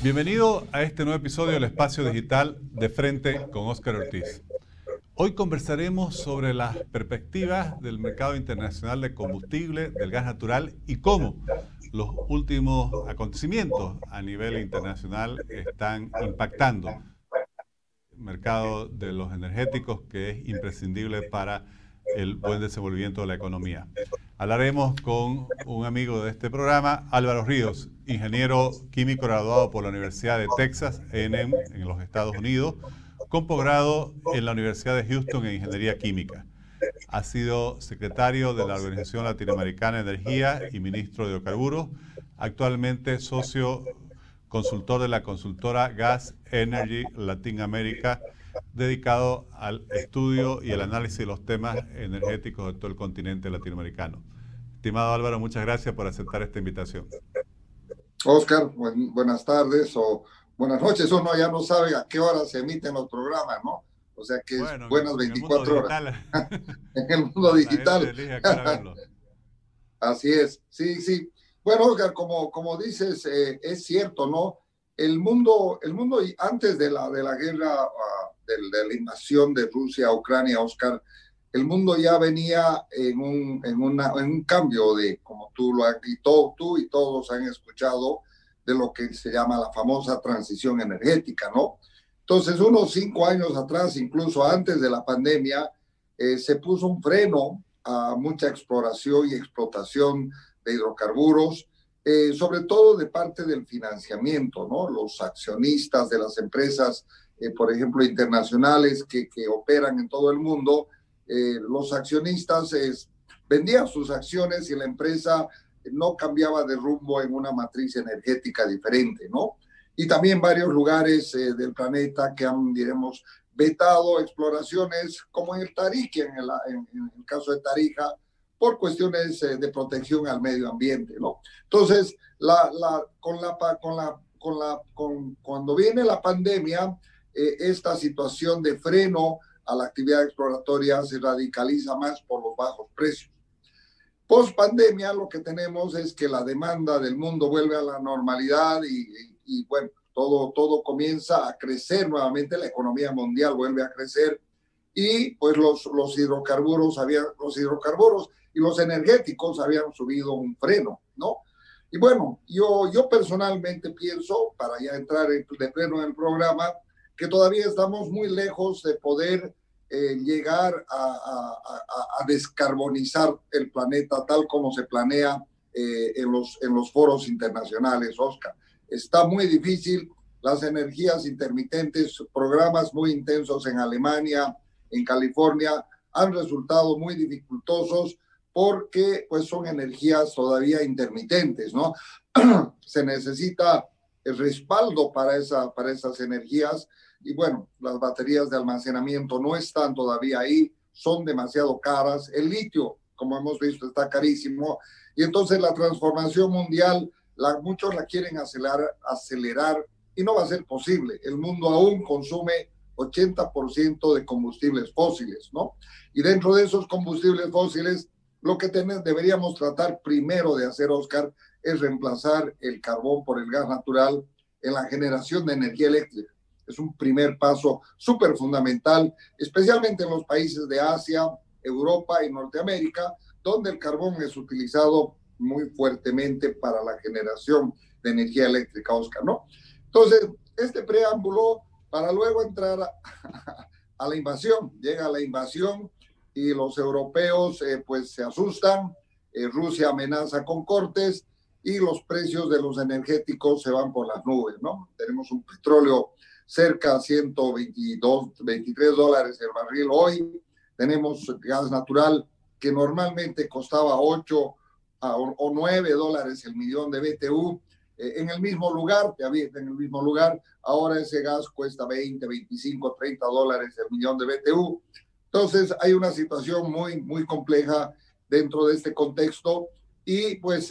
Bienvenido a este nuevo episodio del Espacio Digital de Frente con Óscar Ortiz. Hoy conversaremos sobre las perspectivas del mercado internacional de combustible, del gas natural y cómo los últimos acontecimientos a nivel internacional están impactando el mercado de los energéticos, que es imprescindible para el buen desenvolvimiento de la economía. Hablaremos con un amigo de este programa, Álvaro Ríos, ingeniero químico graduado por la Universidad de Texas A&M en los Estados Unidos, con posgrado en la Universidad de Houston en Ingeniería Química. Ha sido secretario de la Organización Latinoamericana de Energía y ministro de Hidrocarburos. Actualmente socio consultor de la consultora Gas Energy Latin America, dedicado al estudio y el análisis de los temas energéticos de todo el continente latinoamericano. Estimado Álvaro, muchas gracias por aceptar esta invitación. Óscar, buenas tardes o buenas noches. Uno ya no sabe a qué hora se emiten los programas, ¿no? O sea que bueno, es buenas 24 horas. En el mundo digital. Así es, sí. Bueno, Óscar, como dices, es cierto, ¿no? El mundo antes de la guerra, de la invasión de Rusia a Ucrania, Óscar, el mundo ya venía en un cambio de, como tú y todos han escuchado, de lo que se llama la famosa transición energética, ¿no? Entonces, unos 5 años atrás, incluso antes de la pandemia, se puso un freno a mucha exploración y explotación de hidrocarburos, sobre todo de parte del financiamiento, ¿no? Los accionistas de las empresas, por ejemplo, internacionales que operan en todo el mundo, los accionistas vendían sus acciones y la empresa no cambiaba de rumbo en una matriz energética diferente, ¿no? Y también varios lugares del planeta que han, diremos, vetado exploraciones, como en el Tarija, en el caso de Tarija, por cuestiones de protección al medio ambiente, ¿no? Entonces, cuando viene la pandemia, esta situación de freno a la actividad exploratoria se radicaliza más por los bajos precios. Post pandemia lo que tenemos es que la demanda del mundo vuelve a la normalidad y bueno, todo comienza a crecer nuevamente, la economía mundial vuelve a crecer y pues los hidrocarburos y los energéticos habían subido un freno, ¿no? Y bueno, yo personalmente pienso, para ya entrar de pleno en el programa, que todavía estamos muy lejos de poder llegar a descarbonizar el planeta tal como se planea en los foros internacionales, Óscar. Está muy difícil, las energías intermitentes, programas muy intensos en Alemania, en California, han resultado muy dificultosos porque pues son energías todavía intermitentes, ¿no? Se necesita el respaldo para esas energías y bueno, las baterías de almacenamiento no están todavía ahí, son demasiado caras, el litio, como hemos visto, está carísimo y entonces la transformación mundial, muchos la quieren acelerar y no va a ser posible. El mundo aún consume 80% de combustibles fósiles, ¿no? Y dentro de esos combustibles fósiles, lo que deberíamos tratar primero de hacer, Óscar, es reemplazar el carbón por el gas natural en la generación de energía eléctrica. Es un primer paso súper fundamental, especialmente en los países de Asia, Europa y Norteamérica, donde el carbón es utilizado muy fuertemente para la generación de energía eléctrica, Óscar, ¿no? Entonces, este preámbulo para luego entrar a la invasión. Llega la invasión y los europeos pues se asustan, Rusia amenaza con cortes y los precios de los energéticos se van por las nubes, ¿no? Tenemos un petróleo cerca de 122, 23 dólares el barril hoy, tenemos gas natural que normalmente costaba 8 o 9 dólares el millón de BTU, en el mismo lugar, ahora ese gas cuesta 20, 25, 30 dólares el millón de BTU. Entonces hay una situación muy, muy compleja dentro de este contexto y pues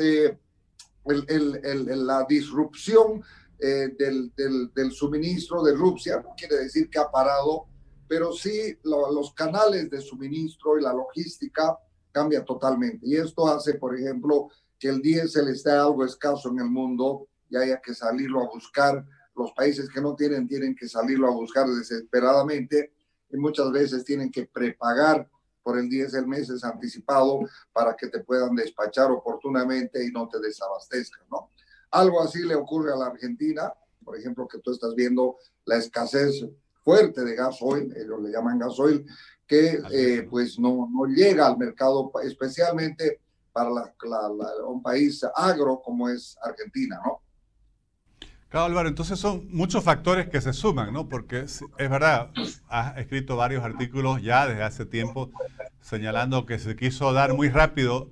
la disrupción del suministro de Rusia no quiere decir que ha parado, pero sí los canales de suministro y la logística cambia totalmente. Y esto hace, por ejemplo, que el diésel esté algo escaso en el mundo y haya que salirlo a buscar los países que no tienen que salirlo a buscar desesperadamente y muchas veces tienen que prepagar por el diésel meses anticipado para que te puedan despachar oportunamente y no te desabastezcan, ¿no? Algo así le ocurre a la Argentina, por ejemplo, que tú estás viendo la escasez fuerte de gasoil, ellos le llaman gasoil, que pues no llega al mercado, especialmente para un país agro como es Argentina, ¿no? Claro, Álvaro, entonces son muchos factores que se suman, ¿no? Porque es verdad, has escrito varios artículos ya desde hace tiempo señalando que se quiso dar muy rápido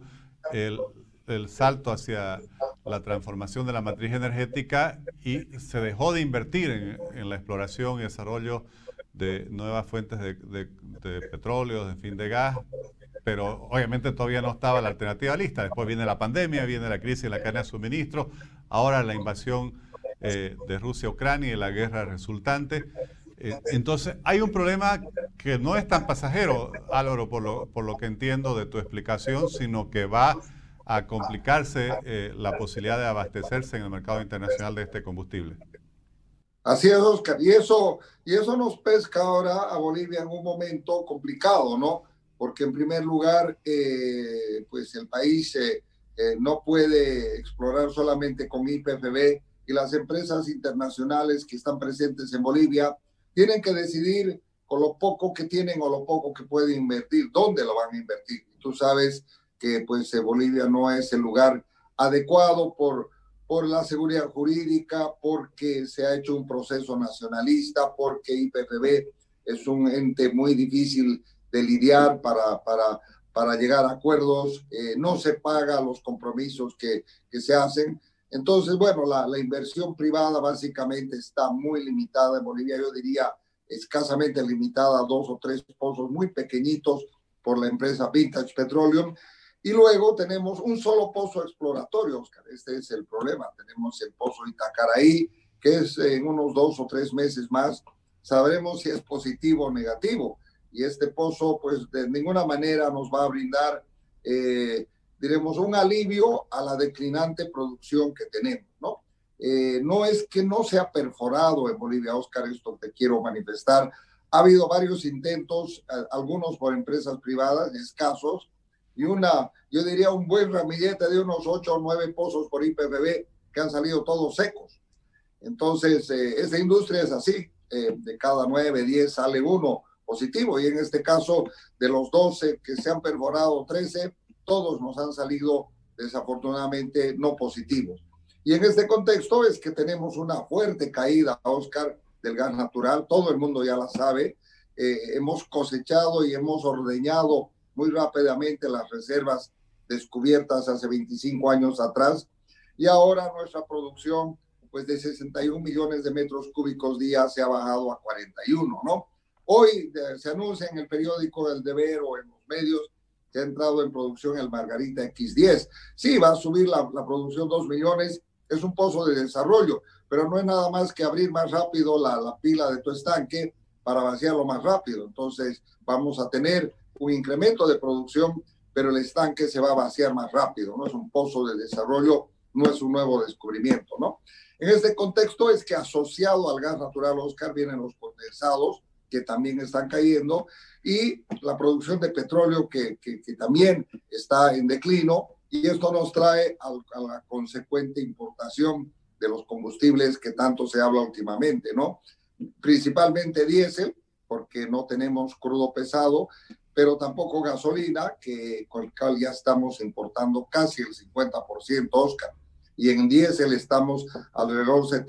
el salto hacia la transformación de la matriz energética y se dejó de invertir en la exploración y desarrollo de nuevas fuentes de petróleo, en fin, de gas, pero obviamente todavía no estaba la alternativa lista. Después viene la pandemia, viene la crisis de la cadena de suministro, ahora la invasión de Rusia a Ucrania y la guerra resultante. Entonces, hay un problema que no es tan pasajero, Álvaro, por lo que entiendo de tu explicación, sino que va a complicarse la posibilidad de abastecerse en el mercado internacional de este combustible. Así es, Oscar. Y eso nos pesca ahora a Bolivia en un momento complicado, ¿no? Porque en primer lugar, pues el país no puede explorar solamente con YPFB y las empresas internacionales que están presentes en Bolivia tienen que decidir con lo poco que tienen o lo poco que pueden invertir, dónde lo van a invertir. Y tú sabes que pues Bolivia no es el lugar adecuado por la seguridad jurídica, porque se ha hecho un proceso nacionalista, porque YPFB es un ente muy difícil de lidiar para llegar a acuerdos, no se paga los compromisos que se hacen. Entonces, bueno, la inversión privada básicamente está muy limitada en Bolivia, yo diría escasamente limitada a 2 o 3 pozos muy pequeñitos por la empresa Vintage Petroleum. Y luego tenemos un solo pozo exploratorio, Oscar. Este es el problema. Tenemos el pozo Itacaraí, que es en unos 2 o 3 meses más, sabremos si es positivo o negativo. Y este pozo, pues, de ninguna manera nos va a brindar, diremos, un alivio a la declinante producción que tenemos, ¿no? No es que no se ha perforado en Bolivia, Oscar, esto te quiero manifestar. Ha habido varios intentos, algunos por empresas privadas, escasos, y yo diría un buen ramillete de unos 8 o 9 pozos por YPFB que han salido todos secos. Entonces, esta industria es así, de cada 9, 10 sale uno positivo, y en este caso, de los 12 que se han perforado, 13, todos nos han salido desafortunadamente no positivos. Y en este contexto es que tenemos una fuerte caída, Oscar, del gas natural, todo el mundo ya la sabe, hemos cosechado y hemos ordeñado muy rápidamente las reservas descubiertas hace 25 años atrás, y ahora nuestra producción pues de 61 millones de metros cúbicos día se ha bajado a 41, ¿no? Hoy se anuncia en el periódico El Deber o en los medios que ha entrado en producción el Margarita X10. Sí, va a subir la producción 2 millones, es un pozo de desarrollo, pero no es nada más que abrir más rápido la pila de tu estanque para vaciarlo más rápido. Entonces vamos a tener un incremento de producción, pero el estanque se va a vaciar más rápido, no es un pozo de desarrollo, no es un nuevo descubrimiento, ¿no? En este contexto es que asociado al gas natural, Oscar, vienen los condensados, que también están cayendo, y la producción de petróleo que también está en declino, y esto nos trae a la consecuente importación de los combustibles que tanto se habla últimamente, ¿no? Principalmente diésel, porque no tenemos crudo pesado, pero tampoco gasolina, con el cual ya estamos importando casi el 50%, Oscar. Y en diésel estamos alrededor del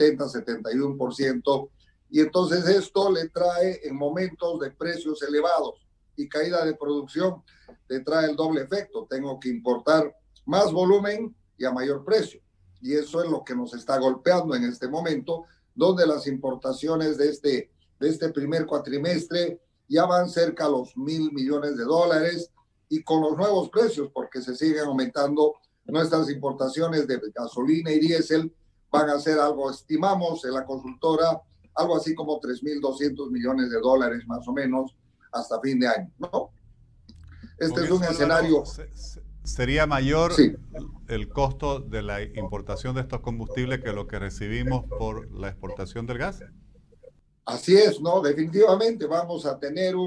70-71%. Y entonces esto le trae en momentos de precios elevados y caída de producción, le trae el doble efecto. Tengo que importar más volumen y a mayor precio. Y eso es lo que nos está golpeando en este momento, donde las importaciones de este primer cuatrimestre ya van cerca a los $1,000 millones, y con los nuevos precios, porque se siguen aumentando nuestras importaciones de gasolina y diésel, van a ser algo, estimamos en la consultora, algo así como $3,200 millones más o menos hasta fin de año, ¿no? Este es un escenario. ¿Sería mayor Sí, el costo de la importación de estos combustibles que lo que recibimos por la exportación del gas? así es, ¿no? Definitivamente vamos a tener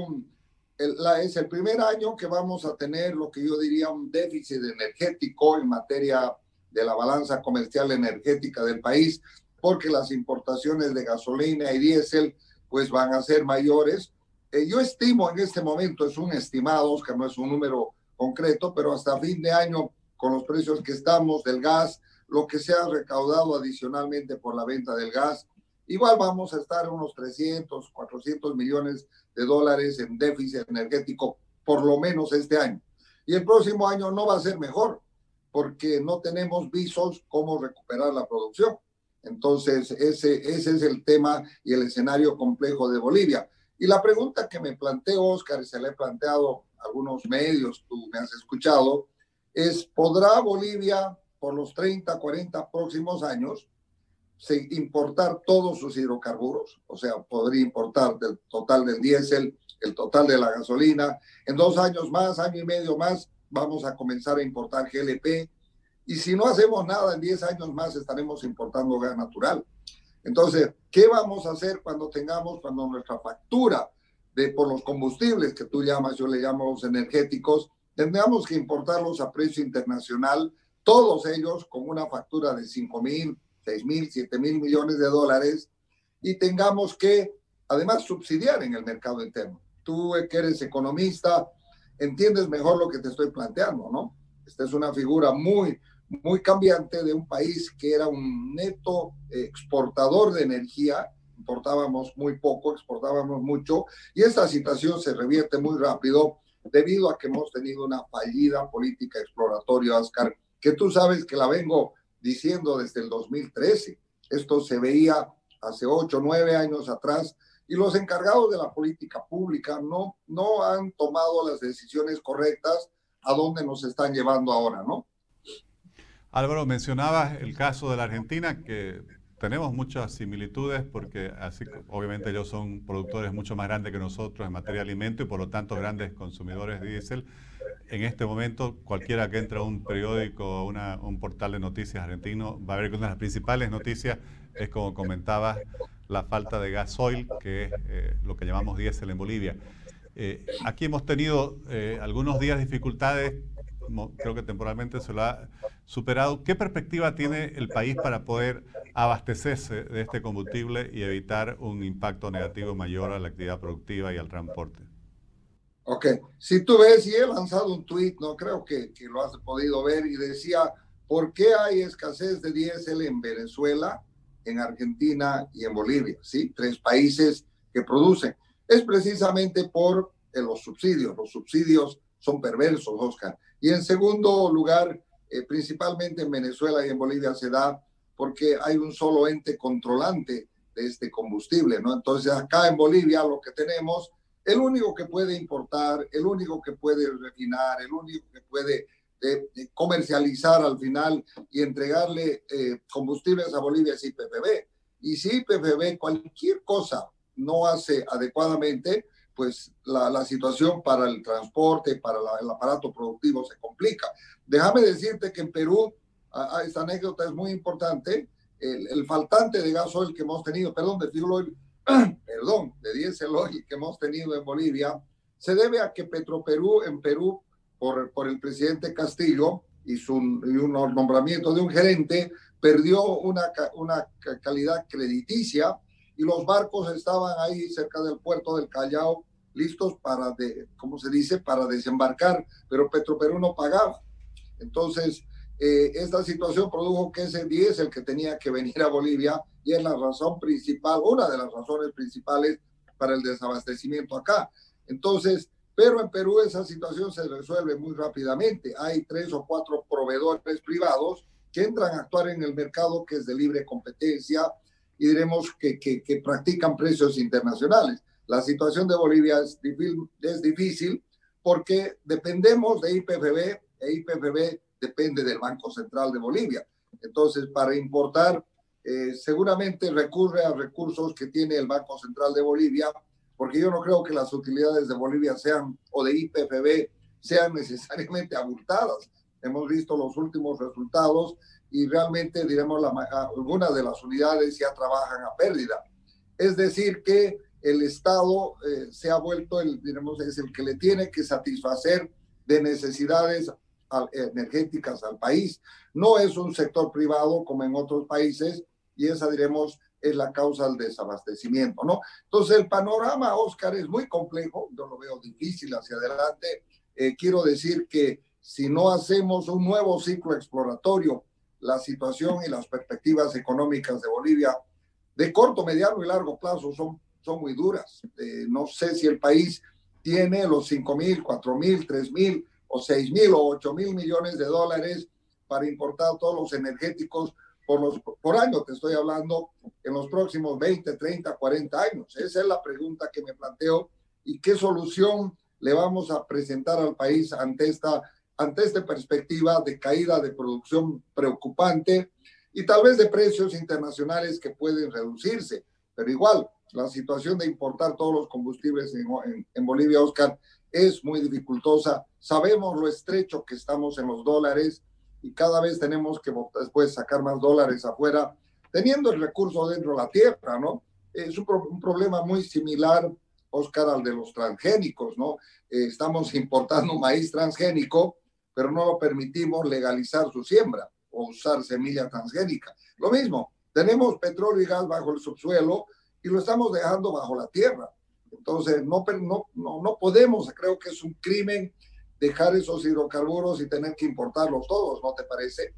es el primer año que vamos a tener lo que yo diría un déficit energético en materia de la balanza comercial energética del país, porque las importaciones de gasolina y diésel pues van a ser mayores. Yo estimo en este momento, es un estimado, Oscar, no es un número concreto, pero hasta fin de año, con los precios que estamos del gas, lo que se ha recaudado adicionalmente por la venta del gas, igual vamos a estar unos 300, 400 millones de dólares en déficit energético, por lo menos este año. Y el próximo año no va a ser mejor, porque no tenemos visos cómo recuperar la producción. Entonces, ese es el tema y el escenario complejo de Bolivia. Y la pregunta que me planteo, Oscar, y se le he planteado a algunos medios, tú me has escuchado, es, ¿podrá Bolivia por los 30, 40 próximos años importar todos sus hidrocarburos? O sea, podría importar del total del diésel, el total de la gasolina. En 2 años más, año y medio más, vamos a comenzar a importar GLP. Y si no hacemos nada, en 10 años más estaremos importando gas natural. Entonces, ¿qué vamos a hacer cuando nuestra factura por los combustibles que tú llamas, yo le llamo los energéticos, tengamos que importarlos a precio internacional, todos ellos con una factura de 5,000, 6,000, 7,000 millones de dólares, y tengamos que además subsidiar en el mercado interno? Tú que eres economista, entiendes mejor lo que te estoy planteando, ¿no? Esta es una figura muy cambiante de un país que era un neto exportador de energía. Importábamos muy poco, exportábamos mucho, y esta situación se revierte muy rápido debido a que hemos tenido una fallida política exploratoria, Oscar, que tú sabes que la vengo diciendo desde el 2013. Esto se veía hace 8, 9 años atrás, y los encargados de la política pública no han tomado las decisiones correctas a donde nos están llevando ahora, ¿no? Álvaro, mencionabas el caso de la Argentina, que tenemos muchas similitudes porque así, obviamente ellos son productores mucho más grandes que nosotros en materia de alimento y por lo tanto grandes consumidores de diésel. En este momento, cualquiera que entre a un periódico o un portal de noticias argentino va a ver que una de las principales noticias es, como comentabas, la falta de gasoil, que es lo que llamamos diésel en Bolivia. Aquí hemos tenido algunos días de dificultades, creo que temporalmente se lo ha superado. ¿Qué perspectiva tiene el país para poder abastecerse de este combustible y evitar un impacto negativo mayor a la actividad productiva y al transporte? Ok, si tú ves, y he lanzado un tuit, no creo que lo has podido ver, y decía, ¿por qué hay escasez de diésel en Venezuela, en Argentina y en Bolivia? ¿Sí? 3 países que producen. Es precisamente por los subsidios. Los subsidios son perversos, Oscar. Y en segundo lugar, principalmente en Venezuela y en Bolivia se da porque hay un solo ente controlante de este combustible, ¿no? Entonces acá en Bolivia lo que tenemos, el único que puede importar, el único que puede refinar, el único que puede comercializar al final y entregarle combustibles a Bolivia es YPF. Y si YPF cualquier cosa no hace adecuadamente, pues la situación para el transporte, para el aparato productivo se complica. Déjame decirte que en Perú, esta anécdota es muy importante, el faltante de gasoil que hemos tenido, de fuel oil, de diésel oil que hemos tenido en Bolivia, se debe a que Petroperú en Perú, por el presidente Castillo y un nombramiento de un gerente, perdió una calidad crediticia, y los barcos estaban ahí cerca del puerto del Callao listos para, ¿cómo se dice?, para desembarcar, pero Petroperú no pagaba. Entonces, esta situación produjo que ese diésel que tenía que venir a Bolivia, y es la razón principal, una de las razones principales para el desabastecimiento acá. Entonces, pero en Perú esa situación se resuelve muy rápidamente. Hay 3 o 4 proveedores privados que entran a actuar en el mercado, que es de libre competencia, y diremos que practican precios internacionales. La situación de Bolivia es difícil porque dependemos de YPF, e YPF depende del Banco Central de Bolivia. Entonces, para importar, seguramente recurre a recursos que tiene el Banco Central de Bolivia, porque yo no creo que las utilidades de Bolivia o de YPF sean necesariamente abultadas. hemos visto los últimos resultados y realmente, diremos, algunas de las unidades ya trabajan a pérdida. Es decir, que el Estado se ha vuelto, diremos, es el que le tiene que satisfacer de necesidades energéticas al país. No es un sector privado como en otros países y esa, diremos, es la causa del desabastecimiento, ¿no? Entonces, el panorama, Oscar, es muy complejo, yo lo veo difícil hacia adelante. Quiero decir que si no hacemos un nuevo ciclo exploratorio, la situación y las perspectivas económicas de Bolivia de corto, mediano y largo plazo son muy duras. No sé si el país tiene los 5,000, 4,000, 3,000 o 6,000 o 8,000 millones de dólares para importar todos los energéticos por año, te estoy hablando, en los próximos 20, 30, 40 años. Esa es la pregunta que me planteo y qué solución le vamos a presentar al país ante esta perspectiva de caída de producción preocupante y tal vez de precios internacionales que pueden reducirse. Pero igual, la situación de importar todos los combustibles en Bolivia, Oscar, es muy dificultosa. Sabemos lo estrecho que estamos en los dólares y cada vez tenemos que después sacar más dólares afuera, teniendo el recurso dentro de la tierra, ¿no? Es un problema muy similar, Oscar, al de los transgénicos, ¿no? Estamos importando maíz transgénico, pero no lo permitimos legalizar su siembra o usar semilla transgénica. Lo mismo, tenemos petróleo y gas bajo el subsuelo y lo estamos dejando bajo la tierra. Entonces, no podemos, creo que es un crimen dejar esos hidrocarburos y tener que importarlos todos, ¿no te parece?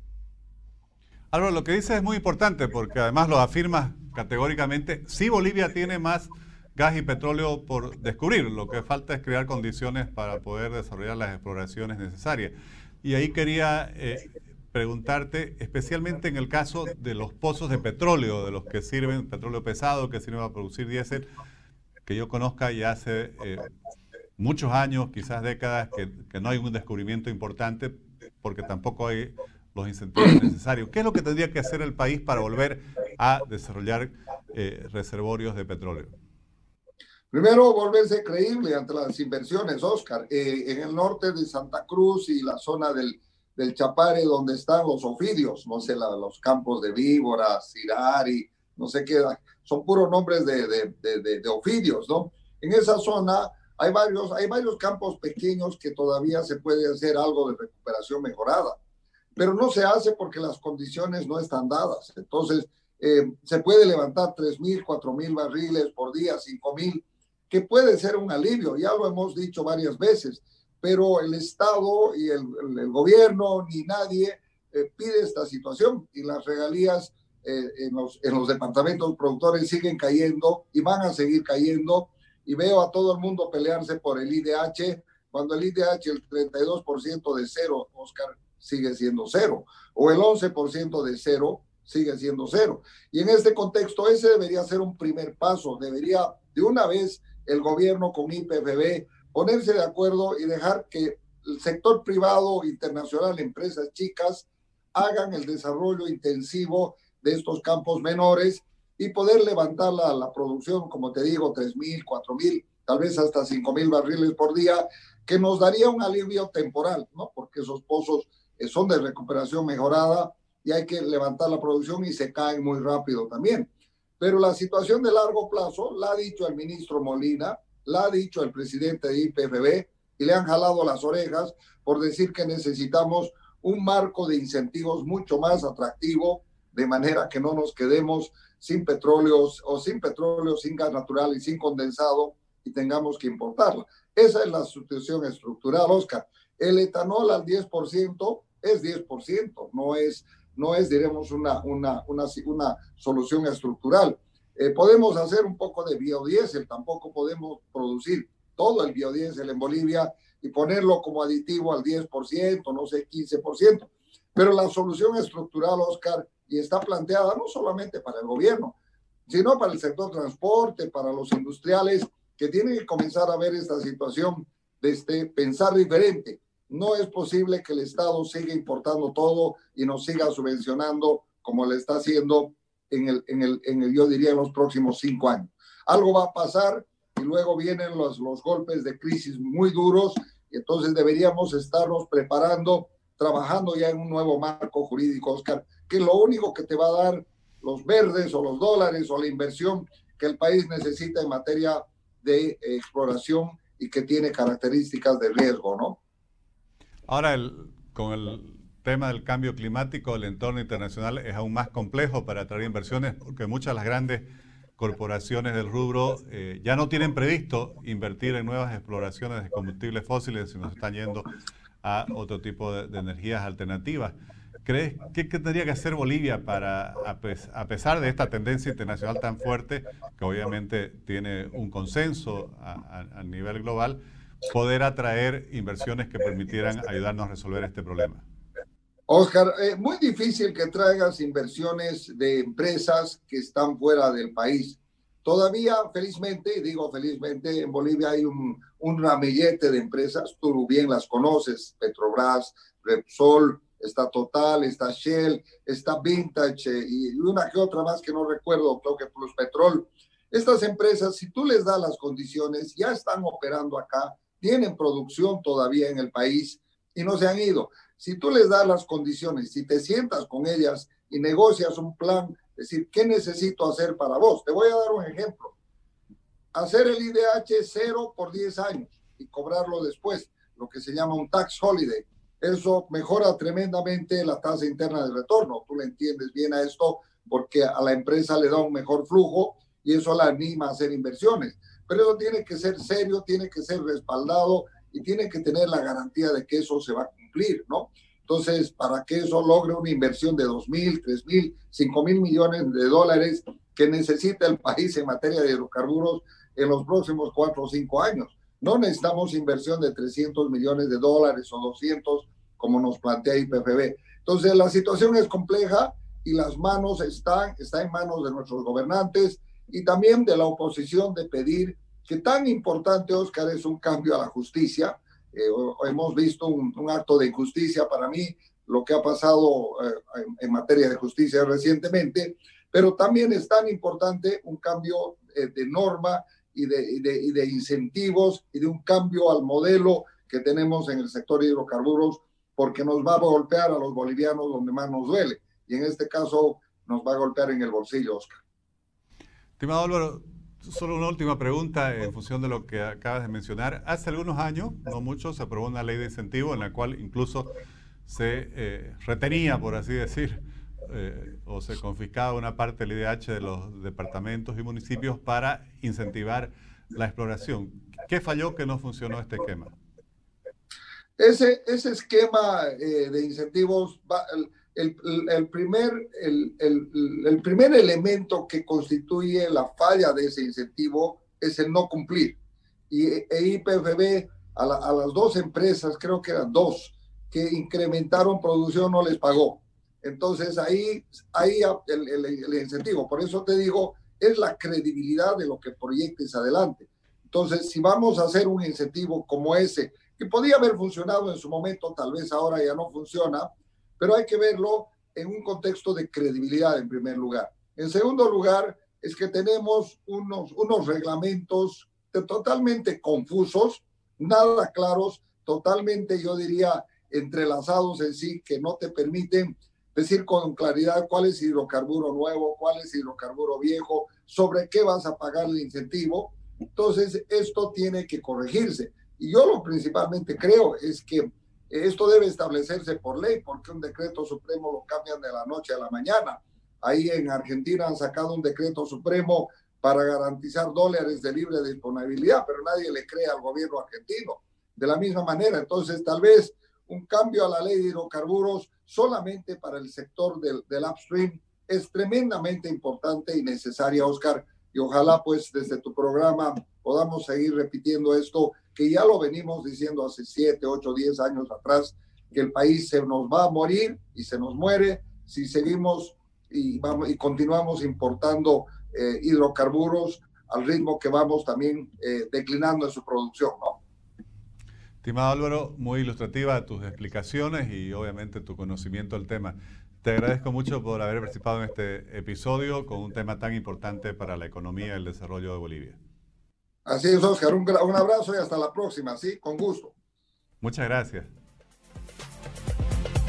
Álvaro, lo que dices es muy importante porque además lo afirmas categóricamente. Sí, Bolivia tiene más gas y petróleo por descubrir. Lo que falta es crear condiciones para poder desarrollar las exploraciones necesarias. Y ahí quería preguntarte, especialmente en el caso de los pozos de petróleo, de los que sirven petróleo pesado, que sirven para producir diésel, que yo conozca ya hace muchos años, quizás décadas, que no hay un descubrimiento importante porque tampoco hay los incentivos necesarios. ¿Qué es lo que tendría que hacer el país para volver a desarrollar reservorios de petróleo? Primero, volverse creíble ante las inversiones, Oscar. En el norte de Santa Cruz y la zona del Chapare, donde están los ofidios, no sé, los campos de víboras, Cirari, no sé qué, son puros nombres de ofidios, ¿no? En esa zona hay varios campos pequeños que todavía se puede hacer algo de recuperación mejorada, pero no se hace porque las condiciones no están dadas. Entonces, se puede levantar 3,000, 4,000 barriles por día, 5,000, que puede ser un alivio, ya lo hemos dicho varias veces, pero el Estado y el gobierno ni nadie pide esta situación y las regalías en los departamentos productores siguen cayendo y van a seguir cayendo y veo a todo el mundo pelearse por el IDH, cuando el IDH, el 32% de cero, Oscar, sigue siendo cero, o el 11% de cero sigue siendo cero. Y en este contexto ese debería ser un primer paso, debería de una vez el gobierno con IPFB ponerse de acuerdo y dejar que el sector privado internacional, empresas chicas, hagan el desarrollo intensivo de estos campos menores y poder levantar la producción, como te digo, 3,000, 4,000, tal vez hasta 5,000 barriles por día, que nos daría un alivio temporal, ¿no? Porque esos pozos son de recuperación mejorada y hay que levantar la producción y se caen muy rápido también. Pero la situación de largo plazo la ha dicho el ministro Molina, la ha dicho el presidente de IPFB y le han jalado las orejas por decir que necesitamos un marco de incentivos mucho más atractivo, de manera que no nos quedemos sin petróleo, sin gas natural y sin condensado y tengamos que importarla. Esa es la situación estructural, Oscar. El etanol al 10% es 10%, no es diremos, una solución estructural. Podemos hacer un poco de biodiesel, tampoco podemos producir todo el biodiesel en Bolivia y ponerlo como aditivo al 10%, no sé, 15%. Pero la solución estructural, Oscar, y está planteada no solamente para el gobierno, sino para el sector transporte, para los industriales, que tienen que comenzar a ver esta situación de pensar diferente. No es posible que el Estado siga importando todo y nos siga subvencionando como le está haciendo yo diría, en los próximos 5 años. Algo va a pasar y luego vienen los golpes de crisis muy duros y entonces deberíamos estarnos preparando trabajando ya en un nuevo marco jurídico, Oscar, que lo único que te va a dar los verdes o los dólares o la inversión que el país necesita en materia de exploración y que tiene características de riesgo, ¿no? Ahora, con el tema del cambio climático, el entorno internacional es aún más complejo para atraer inversiones porque muchas de las grandes corporaciones del rubro ya no tienen previsto invertir en nuevas exploraciones de combustibles fósiles, sino se están yendo a otro tipo de energías alternativas. ¿Crees que tendría que hacer Bolivia para, a pesar de esta tendencia internacional tan fuerte, que obviamente tiene un consenso a nivel global, poder atraer inversiones que permitieran ayudarnos a resolver este problema? Oscar, muy difícil que traigas inversiones de empresas que están fuera del país. Todavía, felizmente, y digo felizmente, en Bolivia hay un ramillete de empresas, tú bien las conoces, Petrobras, Repsol, está Total, está Shell, está Vintage y una que otra más que no recuerdo, creo que Plus Petrol. Estas empresas, si tú les das las condiciones, ya están operando acá, tienen producción todavía en el país y no se han ido. Si tú les das las condiciones, si te sientas con ellas y negocias un plan, decir, ¿qué necesito hacer para vos? Te voy a dar un ejemplo. Hacer el IDH 0 por 10 años y cobrarlo después, lo que se llama un tax holiday. Eso mejora tremendamente la tasa interna de retorno. Tú le entiendes bien a esto porque a la empresa le da un mejor flujo y eso la anima a hacer inversiones. Pero eso tiene que ser serio, tiene que ser respaldado y tiene que tener la garantía de que eso se va a cumplir, ¿no? Entonces, para que eso logre una inversión de 2.000, 3.000, 5.000 millones de dólares que necesita el país en materia de hidrocarburos en los próximos 4 o 5 años. No necesitamos inversión de 300 millones de dólares o 200 como nos plantea IPFB. Entonces, la situación es compleja y las manos está en manos de nuestros gobernantes y también de la oposición de pedir que tan importante, Oscar, es un cambio a la justicia. Hemos visto un acto de injusticia para mí, lo que ha pasado en materia de justicia recientemente, pero también es tan importante un cambio de norma y de incentivos y de un cambio al modelo que tenemos en el sector de hidrocarburos, porque nos va a golpear a los bolivianos donde más nos duele, y en este caso nos va a golpear en el bolsillo, Oscar. Estimado Álvaro, solo una última pregunta en función de lo que acabas de mencionar. Hace algunos años, no mucho, se aprobó una ley de incentivo en la cual incluso se retenía, por así decir, o se confiscaba una parte del IDH de los departamentos y municipios para incentivar la exploración. ¿Qué falló que no funcionó este esquema? Ese esquema de incentivos, el primer elemento que constituye la falla de ese incentivo es el no cumplir. Y IPFB a las 2 empresas, creo que eran 2, que incrementaron producción, no les pagó. Entonces ahí el incentivo. Por eso te digo, es la credibilidad de lo que proyectes adelante. Entonces, si vamos a hacer un incentivo como ese, que podía haber funcionado en su momento, tal vez ahora ya no funciona, pero hay que verlo en un contexto de credibilidad en primer lugar. En segundo lugar, es que tenemos unos reglamentos totalmente confusos, nada claros, totalmente, yo diría, entrelazados en sí, que no te permiten decir con claridad cuál es hidrocarburo nuevo, cuál es hidrocarburo viejo, sobre qué vas a pagar el incentivo. Entonces, esto tiene que corregirse. Y yo lo principalmente creo es que esto debe establecerse por ley, porque un decreto supremo lo cambian de la noche a la mañana. Ahí en Argentina han sacado un decreto supremo para garantizar dólares de libre disponibilidad, pero nadie le cree al gobierno argentino. De la misma manera, entonces tal vez un cambio a la ley de hidrocarburos solamente para el sector del upstream es tremendamente importante y necesaria, Oscar, y ojalá pues desde tu programa podamos seguir repitiendo esto, que ya lo venimos diciendo hace 7, 8, 10 años atrás, que el país se nos va a morir y se nos muere si seguimos y continuamos importando hidrocarburos al ritmo que vamos también declinando en su producción, ¿no? Estimado Álvaro, muy ilustrativa tus explicaciones y obviamente tu conocimiento del tema. Te agradezco mucho por haber participado en este episodio con un tema tan importante para la economía y el desarrollo de Bolivia. Así es, Oscar. Un abrazo y hasta la próxima, ¿sí? Con gusto. Muchas gracias.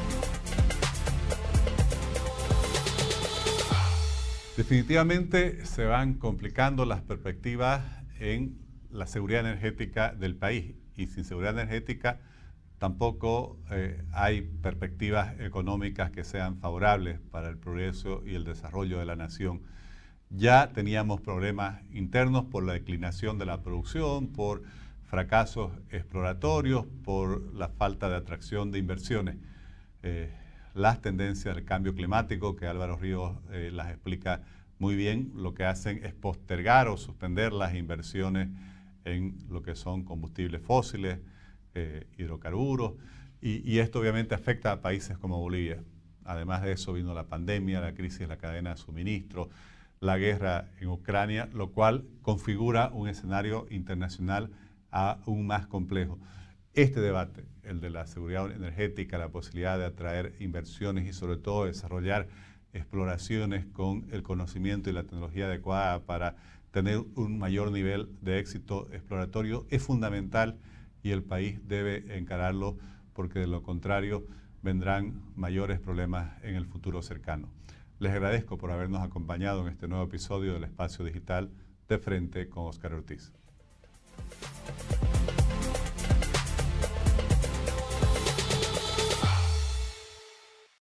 Definitivamente se van complicando las perspectivas en la seguridad energética del país, y sin seguridad energética tampoco hay perspectivas económicas que sean favorables para el progreso y el desarrollo de la nación. Ya teníamos problemas internos por la declinación de la producción, por fracasos exploratorios, por la falta de atracción de inversiones. Las tendencias del cambio climático, que Álvaro Ríos las explica muy bien, lo que hacen es postergar o suspender las inversiones en lo que son combustibles fósiles, hidrocarburos, y esto obviamente afecta a países como Bolivia. Además de eso vino la pandemia, la crisis de la cadena de suministro, la guerra en Ucrania, lo cual configura un escenario internacional aún más complejo. Este debate, el de la seguridad energética, la posibilidad de atraer inversiones y sobre todo desarrollar exploraciones con el conocimiento y la tecnología adecuada para tener un mayor nivel de éxito exploratorio, es fundamental, y el país debe encararlo, porque de lo contrario vendrán mayores problemas en el futuro cercano. Les agradezco por habernos acompañado en este nuevo episodio del Espacio Digital de Frente con Óscar Ortiz.